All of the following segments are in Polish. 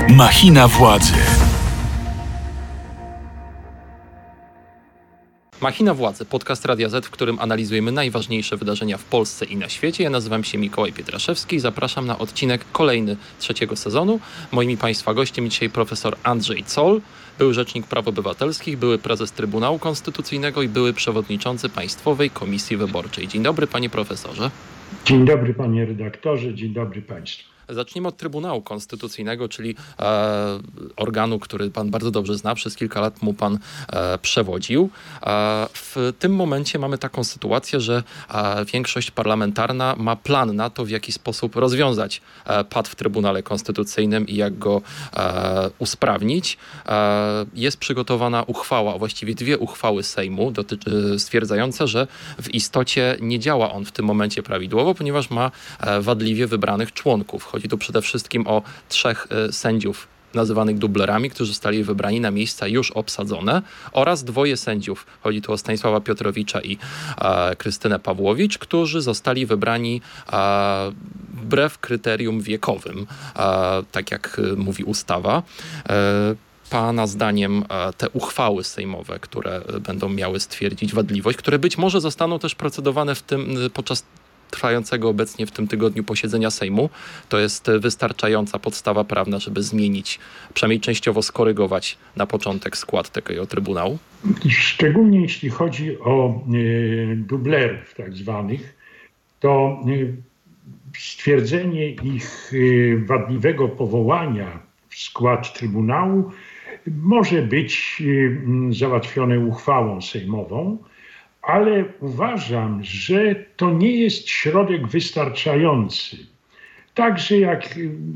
Machina władzy. Machina władzy, podcast Radia Z, w którym analizujemy najważniejsze wydarzenia w Polsce i na świecie. Ja nazywam się Mikołaj Pietraszewski i zapraszam na odcinek kolejny trzeciego sezonu. Moimi Państwa gościem dzisiaj profesor Andrzej Zoll, były rzecznik praw obywatelskich, były prezes Trybunału Konstytucyjnego i były przewodniczący Państwowej Komisji Wyborczej. Dzień dobry, panie profesorze. Dzień dobry, panie redaktorze, dzień dobry państwu. Zacznijmy od Trybunału Konstytucyjnego, czyli organu, który pan bardzo dobrze zna. Przez kilka lat mu pan przewodził. W tym momencie mamy taką sytuację, że większość parlamentarna ma plan na to, w jaki sposób rozwiązać pad w Trybunale Konstytucyjnym i jak go usprawnić. Jest przygotowana uchwała, właściwie dwie uchwały Sejmu stwierdzające, że w istocie nie działa on w tym momencie prawidłowo, ponieważ ma wadliwie wybranych członków. Chodzi tu przede wszystkim o 3 sędziów nazywanych dublerami, którzy zostali wybrani na miejsca już obsadzone, oraz 2 sędziów, chodzi tu o Stanisława Piotrowicza i Krystynę Pawłowicz, którzy zostali wybrani wbrew kryterium wiekowym, tak jak mówi ustawa. Pana zdaniem te uchwały sejmowe, które będą miały stwierdzić wadliwość, które być może zostaną też procedowane podczas trwającego obecnie w tym tygodniu posiedzenia Sejmu, to jest wystarczająca podstawa prawna, żeby zmienić, przynajmniej częściowo skorygować na początek skład takiego Trybunału? Szczególnie jeśli chodzi o dublerów tak zwanych, to stwierdzenie ich wadliwego powołania w skład Trybunału może być załatwione uchwałą sejmową, ale uważam, że to nie jest środek wystarczający. Także jak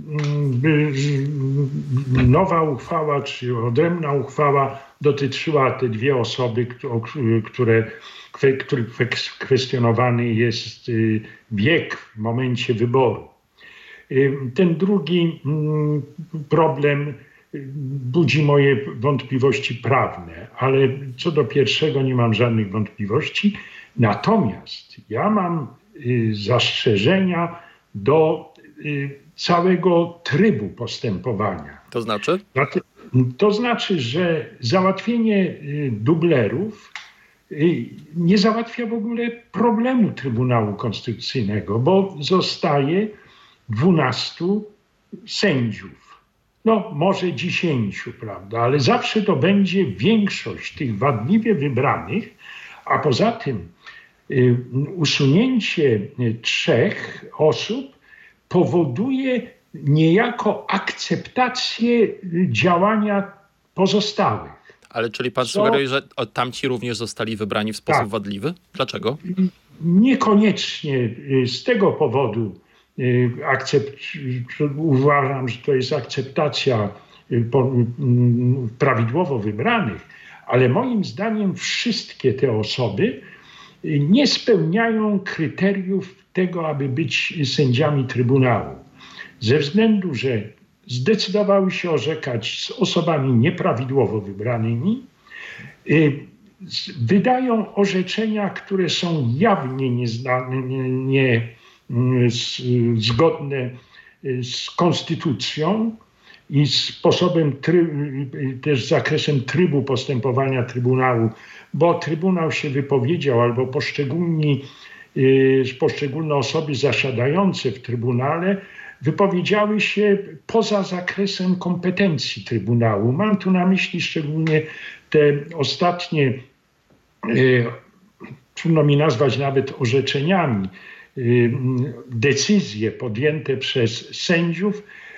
nowa uchwała czy odrębna uchwała dotyczyła te 2 osoby, których kwestionowany jest wiek w momencie wyboru. Ten drugi problem budzi moje wątpliwości prawne, ale co do pierwszego nie mam żadnych wątpliwości. Natomiast ja mam zastrzeżenia do całego trybu postępowania. To znaczy? To znaczy, że załatwienie dublerów nie załatwia w ogóle problemu Trybunału Konstytucyjnego, bo zostaje 12 sędziów. No może 10, prawda, ale zawsze to będzie większość tych wadliwie wybranych, a poza tym usunięcie 3 osób powoduje niejako akceptację działania pozostałych. Ale czyli pan sugeruje, że tamci również zostali wybrani w sposób wadliwy? Dlaczego? Niekoniecznie z tego powodu uważam, że to jest akceptacja prawidłowo wybranych, ale moim zdaniem wszystkie te osoby nie spełniają kryteriów tego, aby być sędziami Trybunału. Ze względu, że zdecydowały się orzekać z osobami nieprawidłowo wybranymi, wydają orzeczenia, które są jawnie zgodne z konstytucją i sposobem, też zakresem trybu postępowania Trybunału, bo Trybunał się wypowiedział albo poszczególne osoby zasiadające w Trybunale wypowiedziały się poza zakresem kompetencji Trybunału. Mam tu na myśli szczególnie te ostatnie, trudno mi nazwać nawet orzeczeniami, decyzje podjęte przez sędziów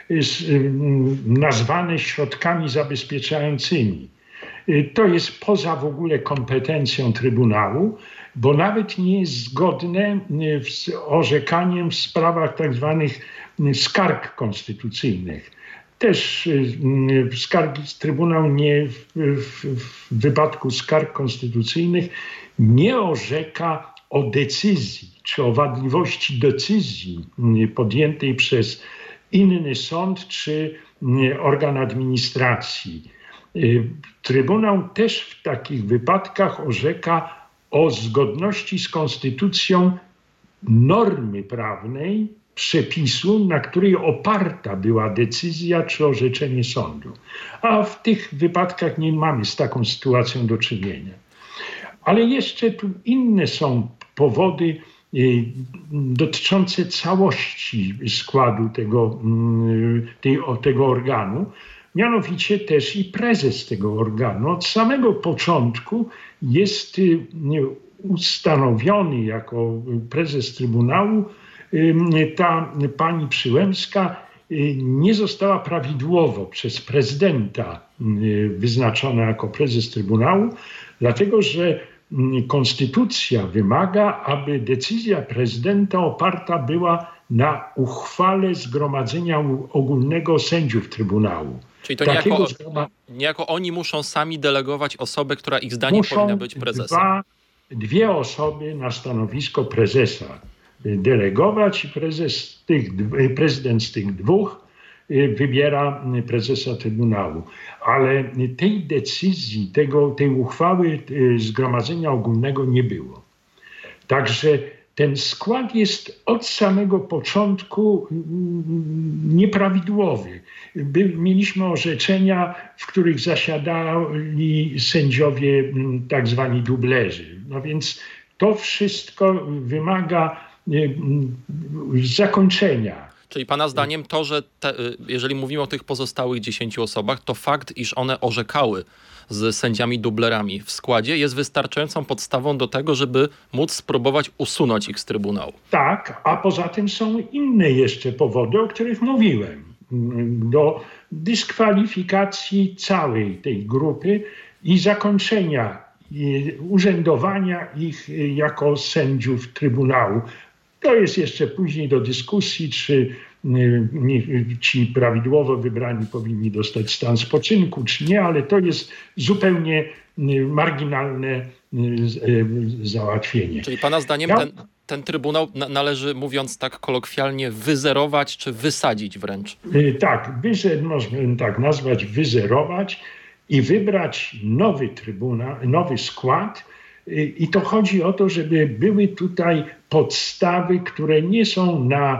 nazwane środkami zabezpieczającymi. To jest poza w ogóle kompetencją Trybunału, bo nawet nie jest zgodne z orzekaniem w sprawach tak zwanych skarg konstytucyjnych. Też Trybunał w wypadku skarg konstytucyjnych nie orzeka o decyzji, czy o wadliwości decyzji podjętej przez inny sąd, czy organ administracji. Trybunał też w takich wypadkach orzeka o zgodności z konstytucją normy prawnej przepisu, na której oparta była decyzja czy orzeczenie sądu. A w tych wypadkach nie mamy z taką sytuacją do czynienia. Ale jeszcze tu inne są powody dotyczące całości składu tego organu. Mianowicie też i prezes tego organu od samego początku jest ustanowiony jako prezes Trybunału. Ta pani Przyłębska nie została prawidłowo przez prezydenta wyznaczona jako prezes Trybunału, dlatego że konstytucja wymaga, aby decyzja prezydenta oparta była na uchwale Zgromadzenia Ogólnego Sędziów Trybunału. Czyli to niejako oni muszą sami delegować osobę, która ich zdaniem powinna być prezesem. Dwie osoby na stanowisko prezesa delegować i prezydent z tych dwóch wybiera prezesa Trybunału. Ale tej decyzji, tej uchwały Zgromadzenia Ogólnego nie było. Także ten skład jest od samego początku nieprawidłowy. Mieliśmy orzeczenia, w których zasiadali sędziowie tak zwani dublerzy. No więc to wszystko wymaga zakończenia. Czyli pana zdaniem to, że jeżeli mówimy o tych pozostałych 10 osobach, to fakt, iż one orzekały z sędziami dublerami w składzie, jest wystarczającą podstawą do tego, żeby móc spróbować usunąć ich z Trybunału. Tak, a poza tym są inne jeszcze powody, o których mówiłem. Do dyskwalifikacji całej tej grupy i zakończenia urzędowania ich jako sędziów Trybunału. To jest jeszcze później do dyskusji, czy ci prawidłowo wybrani powinni dostać stan spoczynku, czy nie, ale to jest zupełnie marginalne załatwienie. Czyli pana zdaniem ten Trybunał należy, mówiąc tak kolokwialnie, wyzerować czy wysadzić wręcz? Tak, można tak nazwać, wyzerować i wybrać nowy Trybunał, nowy skład. I to chodzi o to, żeby były tutaj podstawy, które nie są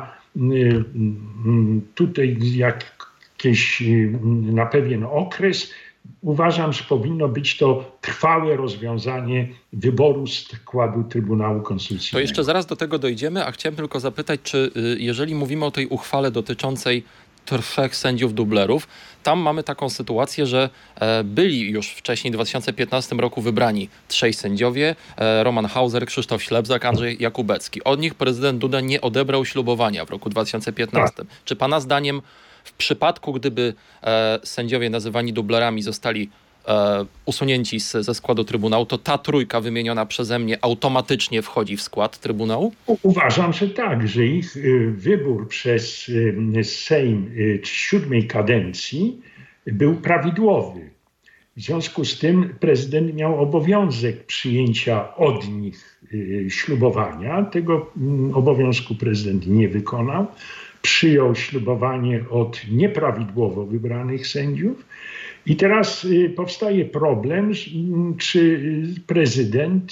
tutaj jakieś na pewien okres. Uważam, że powinno być to trwałe rozwiązanie wyboru składu Trybunału Konstytucyjnego. To jeszcze zaraz do tego dojdziemy, a chciałem tylko zapytać, czy jeżeli mówimy o tej uchwale dotyczącej 3 sędziów dublerów, tam mamy taką sytuację, że byli już wcześniej w 2015 roku wybrani 3 sędziowie, Roman Hauser, Krzysztof Ślebzak, Andrzej Jakubecki. Od nich prezydent Duda nie odebrał ślubowania w roku 2015. Tak. Czy pana zdaniem w przypadku, gdyby sędziowie nazywani dublerami zostali usunięci ze składu Trybunału, to ta 3 wymieniona przeze mnie automatycznie wchodzi w skład Trybunału? Uważam, że tak, że ich wybór przez Sejm 7. kadencji był prawidłowy. W związku z tym prezydent miał obowiązek przyjęcia od nich ślubowania. Tego obowiązku prezydent nie wykonał. Przyjął ślubowanie od nieprawidłowo wybranych sędziów. I teraz powstaje problem, czy prezydent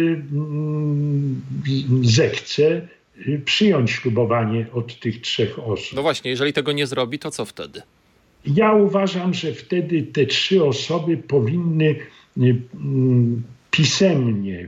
zechce przyjąć ślubowanie od tych 3 osób. No właśnie, jeżeli tego nie zrobi, to co wtedy? Ja uważam, że wtedy te 3 osoby powinny pisemnie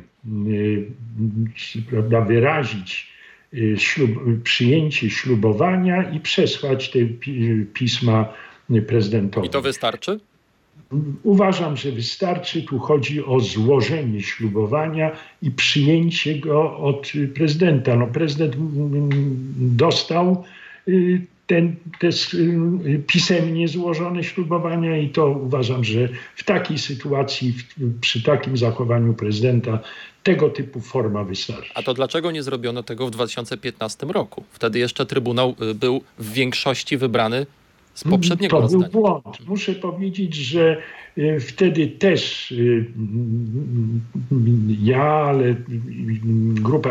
wyrazić przyjęcie ślubowania i przesłać te pisma prezydentowi. I to wystarczy? Uważam, że wystarczy. Tu chodzi o złożenie ślubowania i przyjęcie go od prezydenta. No, prezydent dostał te pisemnie złożone ślubowania i to uważam, że w takiej sytuacji, przy takim zachowaniu prezydenta tego typu forma wystarczy. A to dlaczego nie zrobiono tego w 2015 roku? Wtedy jeszcze Trybunał był w większości wybrany z poprzedniego rozdania. To był błąd. Muszę powiedzieć, że wtedy też ja, ale grupa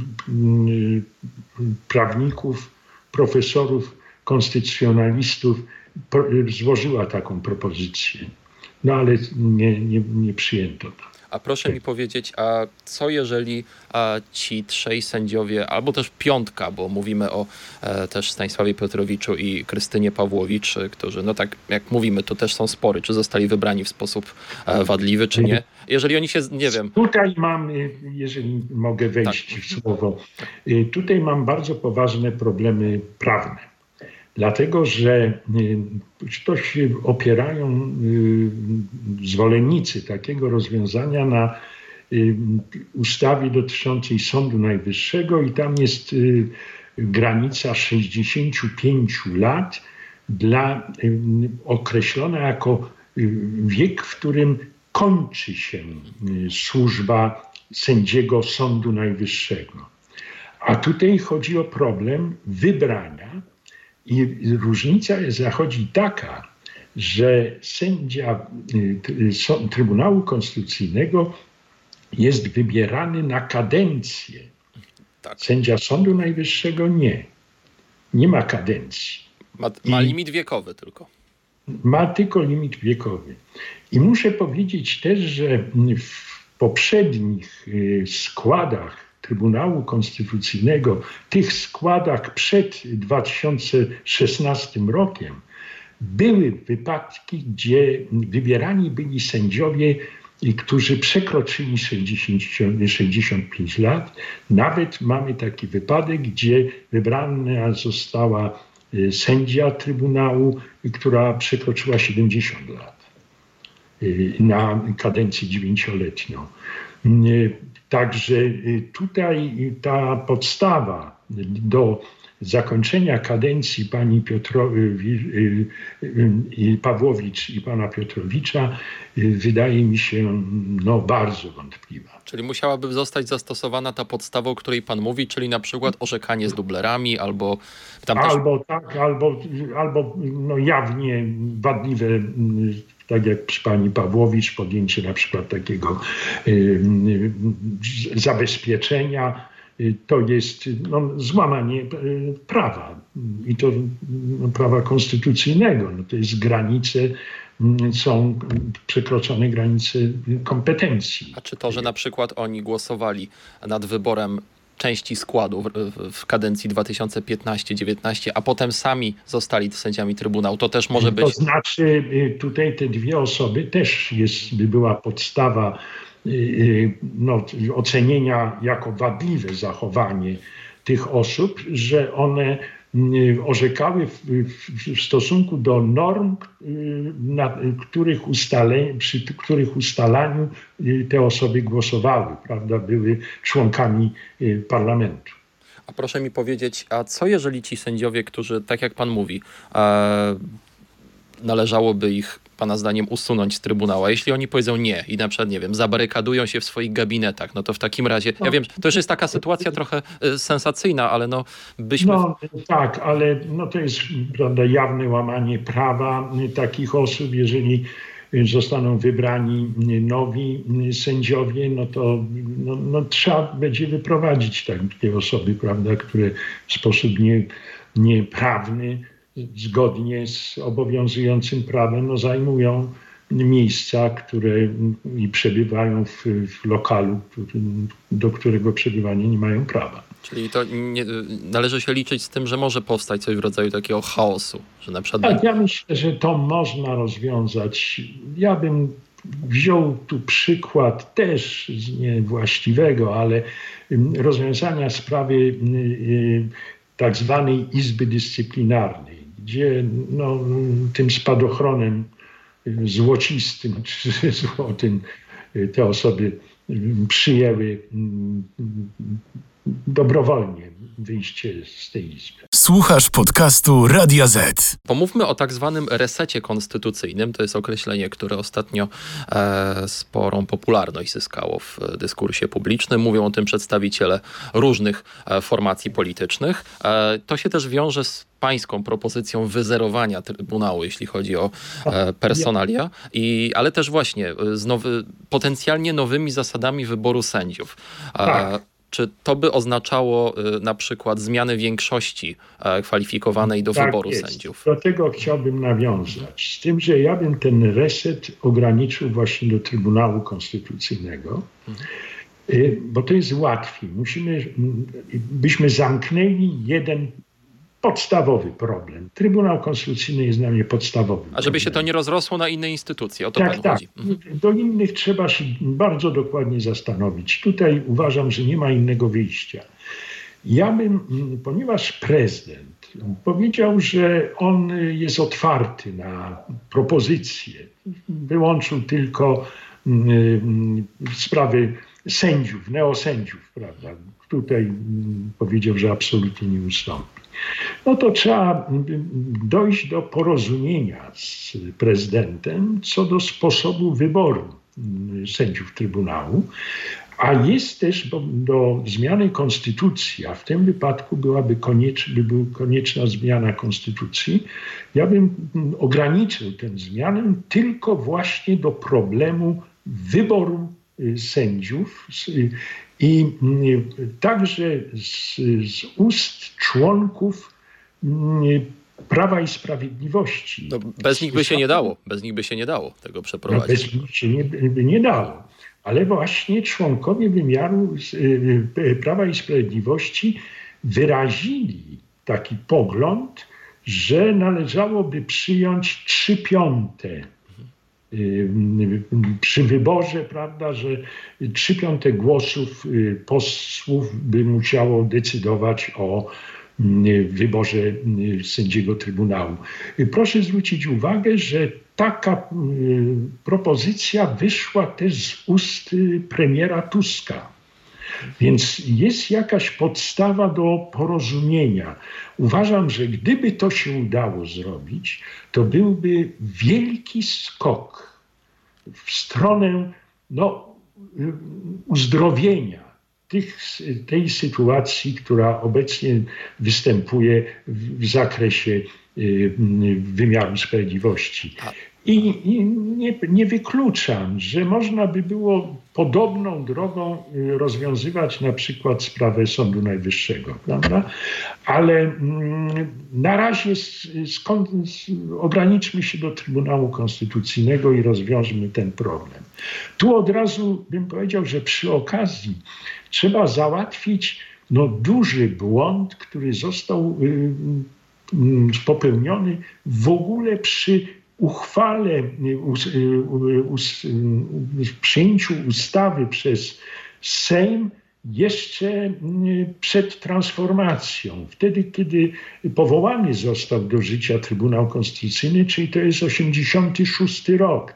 prawników, profesorów, konstytucjonalistów złożyła taką propozycję. no ale nie przyjęto to. A proszę mi powiedzieć, a co jeżeli ci trzej sędziowie, albo też piątka, bo mówimy o też Stanisławie Piotrowiczu i Krystynie Pawłowicz, którzy, no tak jak mówimy, to też są spory, czy zostali wybrani w sposób wadliwy, czy nie. Jeżeli oni się, nie wiem... Tutaj mam, jeżeli mogę wejść w słowo, tutaj mam bardzo poważne problemy prawne. Dlatego, że to się opierają zwolennicy takiego rozwiązania na ustawie dotyczącej Sądu Najwyższego i tam jest granica 65 lat określona jako wiek, w którym kończy się służba sędziego Sądu Najwyższego. A tutaj chodzi o problem wybrania. I różnica zachodzi taka, że sędzia Trybunału Konstytucyjnego jest wybierany na kadencję. Tak. Sędzia Sądu Najwyższego nie. Nie ma kadencji. Ma limit wiekowy tylko. Ma tylko limit wiekowy. I muszę powiedzieć też, że w poprzednich składach Trybunału Konstytucyjnego, tych składach przed 2016 rokiem, były wypadki, gdzie wybierani byli sędziowie, którzy przekroczyli 65 lat. Nawet mamy taki wypadek, gdzie wybrana została sędzia Trybunału, która przekroczyła 70 lat na kadencję 9-letnią. Także tutaj ta podstawa do zakończenia kadencji pani Pawłowicz i pana Piotrowicza wydaje mi się bardzo wątpliwa. Czyli musiałaby zostać zastosowana ta podstawa, o której pan mówi, czyli na przykład orzekanie z dublerami, albo tam też... Albo jawnie wadliwe, tak jak przy pani Pawłowicz, podjęcie na przykład takiego zabezpieczenia, to jest złamanie prawa i to prawa konstytucyjnego. To jest są przekroczone granice kompetencji. A czy to, że na przykład oni głosowali nad wyborem części składu w kadencji 2015-19, a potem sami zostali sędziami Trybunału, to też może być... To znaczy tutaj te dwie osoby też by była podstawa ocenienia jako wadliwe zachowanie tych osób, że one orzekały w stosunku do norm, przy których ustalaniu te osoby głosowały, prawda, były członkami parlamentu. A proszę mi powiedzieć, a co jeżeli ci sędziowie, którzy, tak jak pan mówi, należałoby ich, pana zdaniem, usunąć z Trybunału, a jeśli oni powiedzą nie i na przykład, nie wiem, zabarykadują się w swoich gabinetach, no to w takim razie, ja wiem, to już jest taka sytuacja trochę sensacyjna, ale byśmy... Tak, ale to jest, prawda, jawne łamanie prawa takich osób. Jeżeli zostaną wybrani nowi sędziowie, to trzeba będzie wyprowadzić takie osoby, prawda, które w sposób nieprawny, zgodnie z obowiązującym prawem, zajmują miejsca, które i przebywają w lokalu, do którego przebywania nie mają prawa. Czyli to należy się liczyć z tym, że może powstać coś w rodzaju takiego chaosu, że na przykład... Tak, ja myślę, że to można rozwiązać. Ja bym wziął tu przykład też z niewłaściwego, ale rozwiązania sprawy tak zwanej Izby Dyscyplinarnej, gdzie tym spadochronem złocistym czy złotym te osoby przyjęły dobrowolnie wyjście z tej izby. Słuchasz podcastu Radia Z. Pomówmy o tak zwanym resecie konstytucyjnym. To jest określenie, które ostatnio sporą popularność zyskało w dyskursie publicznym. Mówią o tym przedstawiciele różnych formacji politycznych. To się też wiąże z pańską propozycją wyzerowania Trybunału, jeśli chodzi o personalia, ale też właśnie z potencjalnie nowymi zasadami wyboru sędziów. Tak. czy to by oznaczało na przykład zmianę większości kwalifikowanej do wyboru sędziów? Do tego chciałbym nawiązać. Z tym, że ja bym ten reset ograniczył właśnie do Trybunału Konstytucyjnego, bo to jest łatwiej. Byśmy zamknęli jeden podstawowy problem. Trybunał Konstytucyjny jest dla mnie podstawowym. A żeby się to nie rozrosło na inne instytucje, o to tak, pan chodzi. Do innych trzeba się bardzo dokładnie zastanowić. Tutaj uważam, że nie ma innego wyjścia. Ponieważ prezydent powiedział, że on jest otwarty na propozycje, wyłączył tylko sprawy sędziów, neosędziów, prawda? Tutaj powiedział, że absolutnie nie ustąpi. No to trzeba dojść do porozumienia z prezydentem co do sposobu wyboru sędziów Trybunału, a jest też do zmiany konstytucji, a w tym wypadku była konieczna zmiana konstytucji. Ja bym ograniczył tę zmianę tylko właśnie do problemu wyboru sędziów i także z ust członków Prawa i Sprawiedliwości. No, bez nich by się nie dało. Bez nich by się nie dało tego przeprowadzić. Bez nich się nie dało. Ale właśnie członkowie wymiaru Prawa i Sprawiedliwości wyrazili taki pogląd, że należałoby przyjąć 3/5 przy wyborze, prawda, że 3/5 głosów posłów by musiało decydować o wyborze sędziego Trybunału. Proszę zwrócić uwagę, że taka propozycja wyszła też z ust premiera Tuska. Więc jest jakaś podstawa do porozumienia. Uważam, że gdyby to się udało zrobić, to byłby wielki skok w stronę uzdrowienia tej sytuacji, która obecnie występuje w zakresie wymiaru sprawiedliwości. I nie wykluczam, że można by było podobną drogą rozwiązywać na przykład sprawę Sądu Najwyższego, prawda? Ale na razie ograniczmy się do Trybunału Konstytucyjnego i rozwiążmy ten problem. Tu od razu bym powiedział, że przy okazji trzeba załatwić duży błąd, który został popełniony w ogóle przy uchwale, przyjęciu ustawy przez Sejm jeszcze przed transformacją. Wtedy, kiedy powołany został do życia Trybunał Konstytucyjny, czyli to jest 86 rok,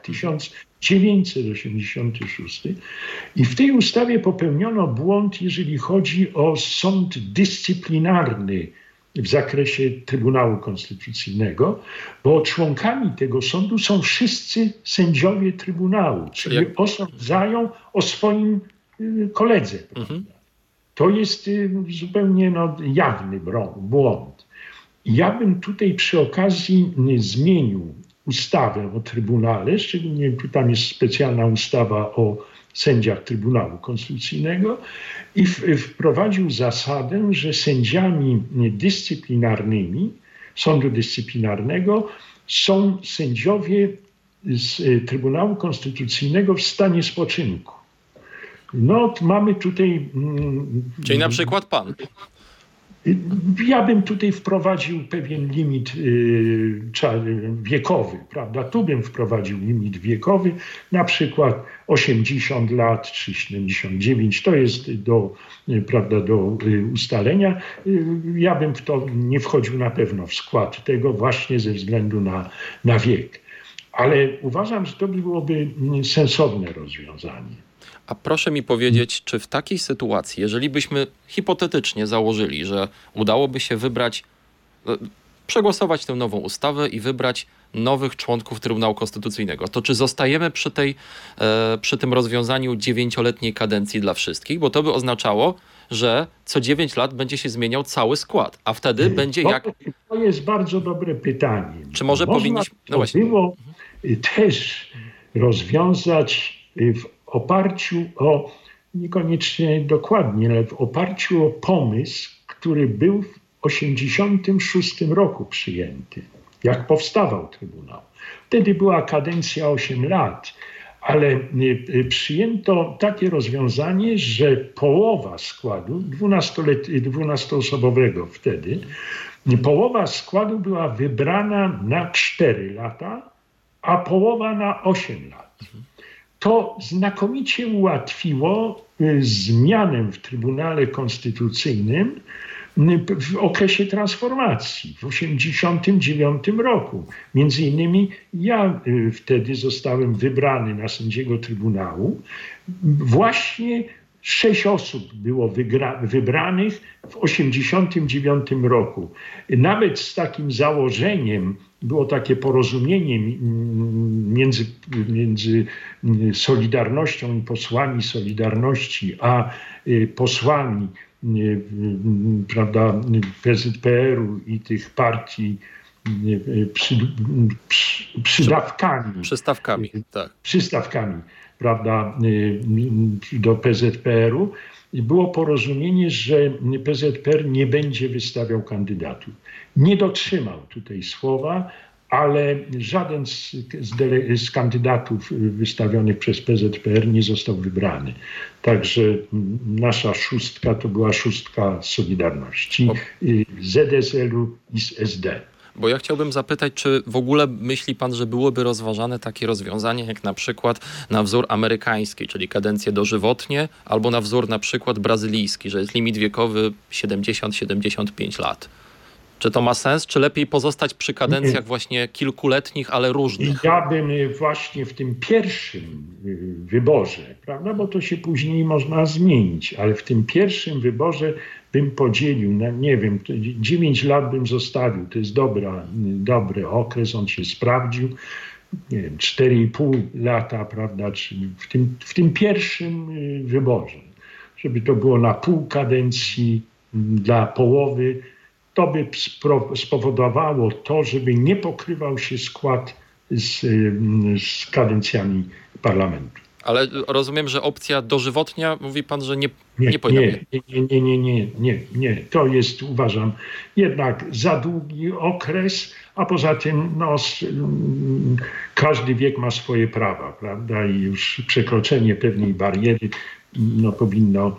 1986. I w tej ustawie popełniono błąd, jeżeli chodzi o sąd dyscyplinarny w zakresie Trybunału Konstytucyjnego, bo członkami tego sądu są wszyscy sędziowie Trybunału, czyli osądzają o swoim koledze. To jest zupełnie jawny błąd. Ja bym tutaj przy okazji zmienił ustawę o Trybunale, szczególnie tam jest specjalna ustawa o sędziach Trybunału Konstytucyjnego i wprowadził zasadę, że sędziami dyscyplinarnymi Sądu Dyscyplinarnego są sędziowie z Trybunału Konstytucyjnego w stanie spoczynku. Mamy tutaj... Czyli na przykład pan. Ja bym tutaj wprowadził pewien limit wiekowy, prawda? Tu bym wprowadził limit wiekowy, na przykład 80 lat czy 79. To jest do ustalenia. Ja bym w to nie wchodził na pewno w skład tego właśnie ze względu na wiek. Ale uważam, że to byłoby sensowne rozwiązanie. A proszę mi powiedzieć, czy w takiej sytuacji, jeżeli byśmy hipotetycznie założyli, że udałoby się przegłosować tę nową ustawę i wybrać nowych członków Trybunału Konstytucyjnego, to czy zostajemy przy tym rozwiązaniu 9-letniej kadencji dla wszystkich? Bo to by oznaczało, że co 9 lat będzie się zmieniał cały skład, a wtedy będzie jak... To jest bardzo dobre pytanie. Czy może powinniśmy... było też rozwiązać w oparciu o niekoniecznie dokładnie, ale w oparciu o pomysł, który był w 1986 roku przyjęty, jak powstawał Trybunał. Wtedy była kadencja 8 lat, ale przyjęto takie rozwiązanie, że połowa składu, 12-osobowego wtedy, połowa składu była wybrana na 4 lata, a połowa na 8 lat. To znakomicie ułatwiło zmianę w Trybunale Konstytucyjnym w okresie transformacji w 1989 roku. Między innymi ja wtedy zostałem wybrany na sędziego Trybunału. Właśnie 6 osób było wybranych w 1989 roku. Nawet z takim założeniem było takie porozumienie między Solidarnością i posłami Solidarności, a posłami, prawda, PZPR-u i tych partii przystawkami, prawda, do PZPR-u. Było porozumienie, że PZPR nie będzie wystawiał kandydatów. Nie dotrzymał tutaj słowa, ale żaden z kandydatów wystawionych przez PZPR nie został wybrany. Także nasza szóstka to była szóstka Solidarności, ZSL-u i z SD. Bo ja chciałbym zapytać, czy w ogóle myśli pan, że byłoby rozważane takie rozwiązanie, jak na przykład na wzór amerykański, czyli kadencję dożywotnie, albo na wzór na przykład brazylijski, że jest limit wiekowy 70-75 lat. Czy to ma sens, czy lepiej pozostać przy kadencjach właśnie kilkuletnich, ale różnych? Ja bym właśnie w tym pierwszym wyborze, prawda, bo to się później można zmienić, ale w tym pierwszym wyborze bym podzielił, nie wiem, 9 lat bym zostawił, to jest dobry okres, on się sprawdził, nie wiem, 4,5 lata, prawda, czyli w tym pierwszym wyborze, żeby to było na pół kadencji, dla połowy, to by spowodowało to, żeby nie pokrywał się skład z kadencjami parlamentu. Ale rozumiem, że opcja dożywotnia, mówi pan, że nie powinna być. Nie. To jest, uważam, jednak za długi okres, a poza tym każdy wiek ma swoje prawa, prawda? I już przekroczenie pewnej bariery powinno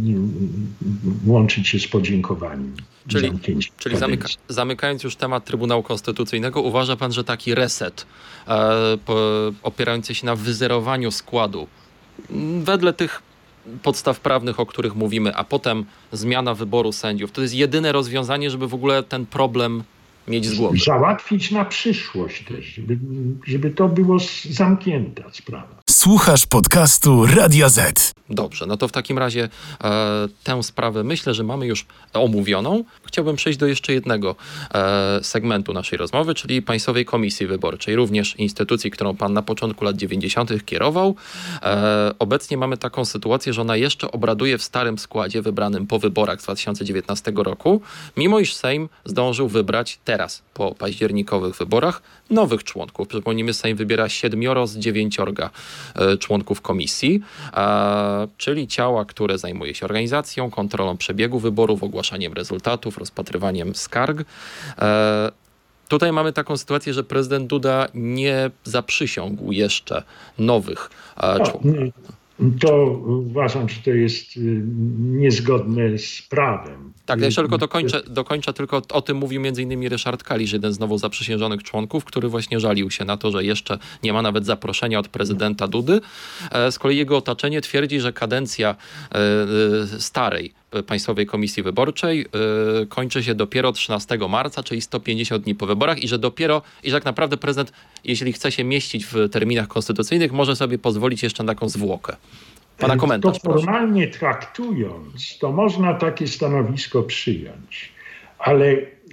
łączyć się z podziękowaniem. Czyli zamykając już temat Trybunału Konstytucyjnego, uważa pan, że taki reset opierający się na wyzerowaniu składu wedle tych podstaw prawnych, o których mówimy, a potem zmiana wyboru sędziów, to jest jedyne rozwiązanie, żeby w ogóle ten problem mieć z głowy? Załatwić na przyszłość też, żeby to było zamknięta sprawa. Słuchasz podcastu Radia Z. Dobrze, no to w takim razie tę sprawę myślę, że mamy już omówioną. Chciałbym przejść do jeszcze jednego segmentu naszej rozmowy, czyli Państwowej Komisji Wyborczej, również instytucji, którą pan na początku lat 90. kierował. Obecnie mamy taką sytuację, że ona jeszcze obraduje w starym składzie wybranym po wyborach z 2019 roku, mimo iż Sejm zdążył wybrać teraz, po październikowych wyborach, nowych członków. Przypomnijmy, Sejm wybiera 7 z 9 członków komisji, czyli ciała, które zajmuje się organizacją, kontrolą przebiegu wyborów, ogłaszaniem rezultatów, rozpatrywaniem skarg. Tutaj mamy taką sytuację, że prezydent Duda nie zaprzysiągł jeszcze nowych członków. To uważam, że to jest niezgodne z prawem. Tak, ja jeszcze tylko dokończę, tylko o tym mówił m.in. Ryszard Kalisz, jeden z nowo zaprzysiężonych członków, który właśnie żalił się na to, że jeszcze nie ma nawet zaproszenia od prezydenta Dudy. Z kolei jego otoczenie twierdzi, że kadencja starej Państwowej Komisji Wyborczej kończy się dopiero 13 marca, czyli 150 dni po wyborach i że tak naprawdę prezydent, jeśli chce się mieścić w terminach konstytucyjnych, może sobie pozwolić jeszcze na taką zwłokę. Pana komentarz, to formalnie traktując, to można takie stanowisko przyjąć, ale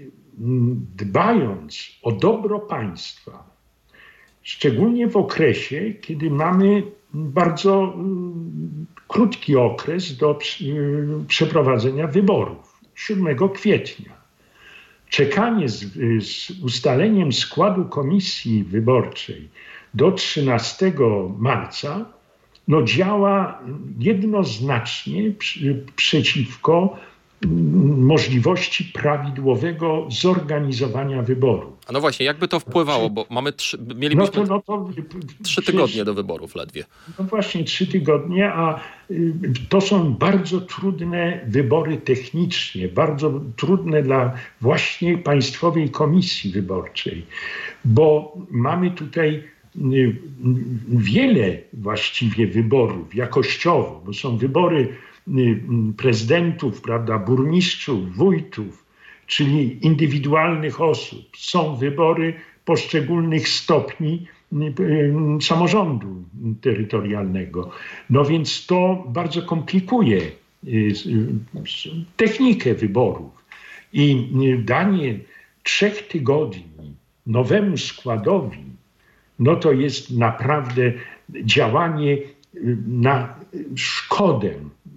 dbając o dobro państwa, szczególnie w okresie, kiedy mamy bardzo krótki okres do przeprowadzenia wyborów, 7 kwietnia. Czekanie z ustaleniem składu komisji wyborczej do 13 marca działa jednoznacznie przeciwko możliwości prawidłowego zorganizowania wyboru. A no właśnie, jakby to wpływało, bo mielibyśmy 3 tygodnie do wyborów ledwie. No właśnie 3 tygodnie, a to są bardzo trudne wybory technicznie, bardzo trudne dla właśnie Państwowej Komisji Wyborczej, bo mamy tutaj wiele właściwie wyborów jakościowo, bo są wybory prezydentów, prawda, burmistrzów, wójtów, czyli indywidualnych osób. Są wybory poszczególnych stopni samorządu terytorialnego. No więc to bardzo komplikuje technikę wyborów. I danie 3 tygodni nowemu składowi, no to jest naprawdę działanie na szkodę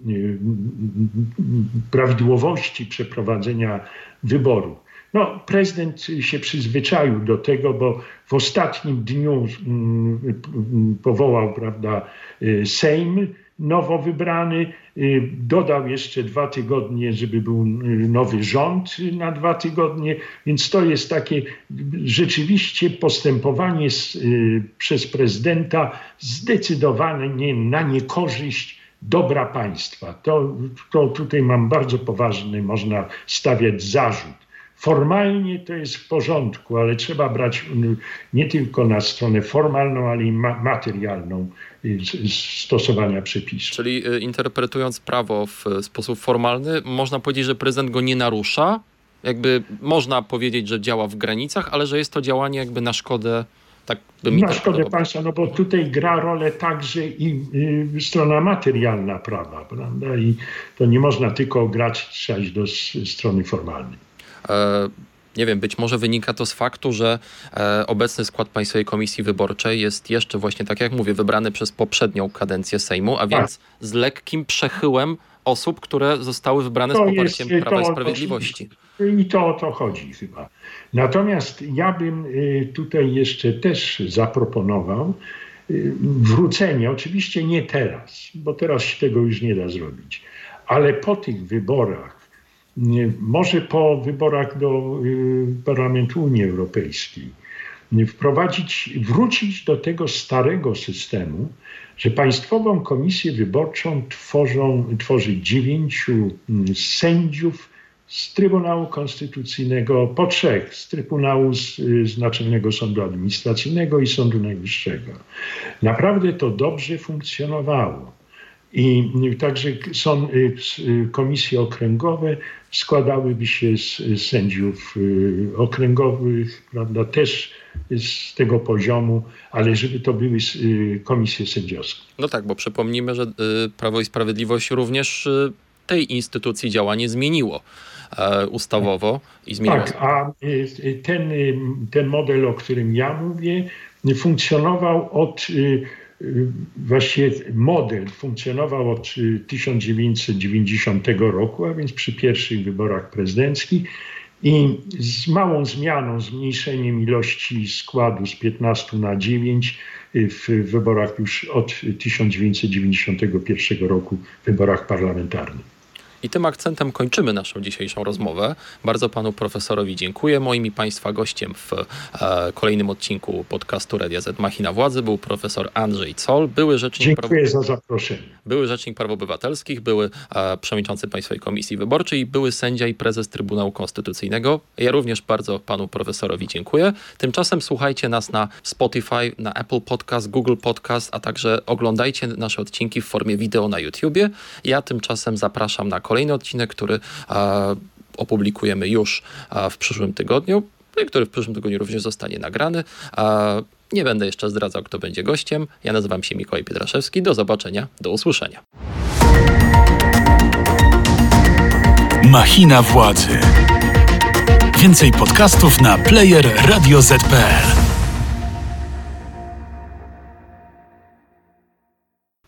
prawidłowości przeprowadzenia wyborów. No, prezydent się przyzwyczaił do tego, bo w ostatnim dniu powołał, prawda, Sejm nowo wybrany, dodał jeszcze 2 tygodnie, żeby był nowy rząd na 2 tygodnie, więc to jest takie rzeczywiście postępowanie przez prezydenta zdecydowanie na niekorzyść dobra państwa. To tutaj mam bardzo poważny, można stawiać zarzut. Formalnie to jest w porządku, ale trzeba brać nie tylko na stronę formalną, ale i materialną stosowania przepisów. Czyli interpretując prawo w sposób formalny, można powiedzieć, że prezydent go nie narusza? Jakby można powiedzieć, że działa w granicach, ale że jest to działanie jakby na szkodę... Na szkodę państwa, no bo tutaj gra rolę także i strona materialna prawa, prawda? I to nie można tylko ograniczać do strony formalnej. Nie wiem, być może wynika to z faktu, że obecny skład Państwowej Komisji Wyborczej jest jeszcze właśnie, tak jak mówię, wybrany przez poprzednią kadencję Sejmu, a więc z lekkim przechyłem osób, które zostały wybrane z poparciem Prawa i Sprawiedliwości. I to o to chodzi chyba. Natomiast ja bym tutaj jeszcze też zaproponował wrócenie, oczywiście nie teraz, bo teraz się tego już nie da zrobić, ale po tych wyborach, może po wyborach do Parlamentu Unii Europejskiej, wrócić do tego starego systemu, że Państwową Komisję Wyborczą tworzy 9 sędziów z Trybunału Konstytucyjnego, po 3 z Trybunału z Naczelnego Sądu Administracyjnego i Sądu Najwyższego. Naprawdę to dobrze funkcjonowało. I także komisje okręgowe składałyby się z sędziów okręgowych, prawda, też z tego poziomu, ale żeby to były komisje sędziowskie. No tak, bo przypomnijmy, że Prawo i Sprawiedliwość również tej instytucji działanie zmieniło ustawowo i zmieniło. Tak, a ten model, o którym ja mówię, funkcjonował funkcjonował od 1990 roku, a więc przy pierwszych wyborach prezydenckich i z małą zmianą, zmniejszeniem ilości składu z 15 na 9 w wyborach już od 1991 roku, w wyborach parlamentarnych. I tym akcentem kończymy naszą dzisiejszą rozmowę. Bardzo panu profesorowi dziękuję. Moim i państwa gościem w kolejnym odcinku podcastu Radia Z Machina Władzy był profesor Andrzej Zoll, były rzecznik Dziękuję za zaproszenie. Były rzecznik praw obywatelskich, były przewodniczący Państwowej Komisji Wyborczej, były sędzia i prezes Trybunału Konstytucyjnego. Ja również bardzo panu profesorowi dziękuję. Tymczasem słuchajcie nas na Spotify, na Apple Podcast, Google Podcast, a także oglądajcie nasze odcinki w formie wideo na YouTubie. Ja tymczasem zapraszam na kolejny odcinek, który opublikujemy już w przyszłym tygodniu, który w przyszłym tygodniu również zostanie nagrany. Nie będę jeszcze zdradzał, kto będzie gościem. Ja nazywam się Mikołaj Pietraszewski. Do zobaczenia, do usłyszenia. Machina Władzy. Więcej podcastów na player radioz.pl.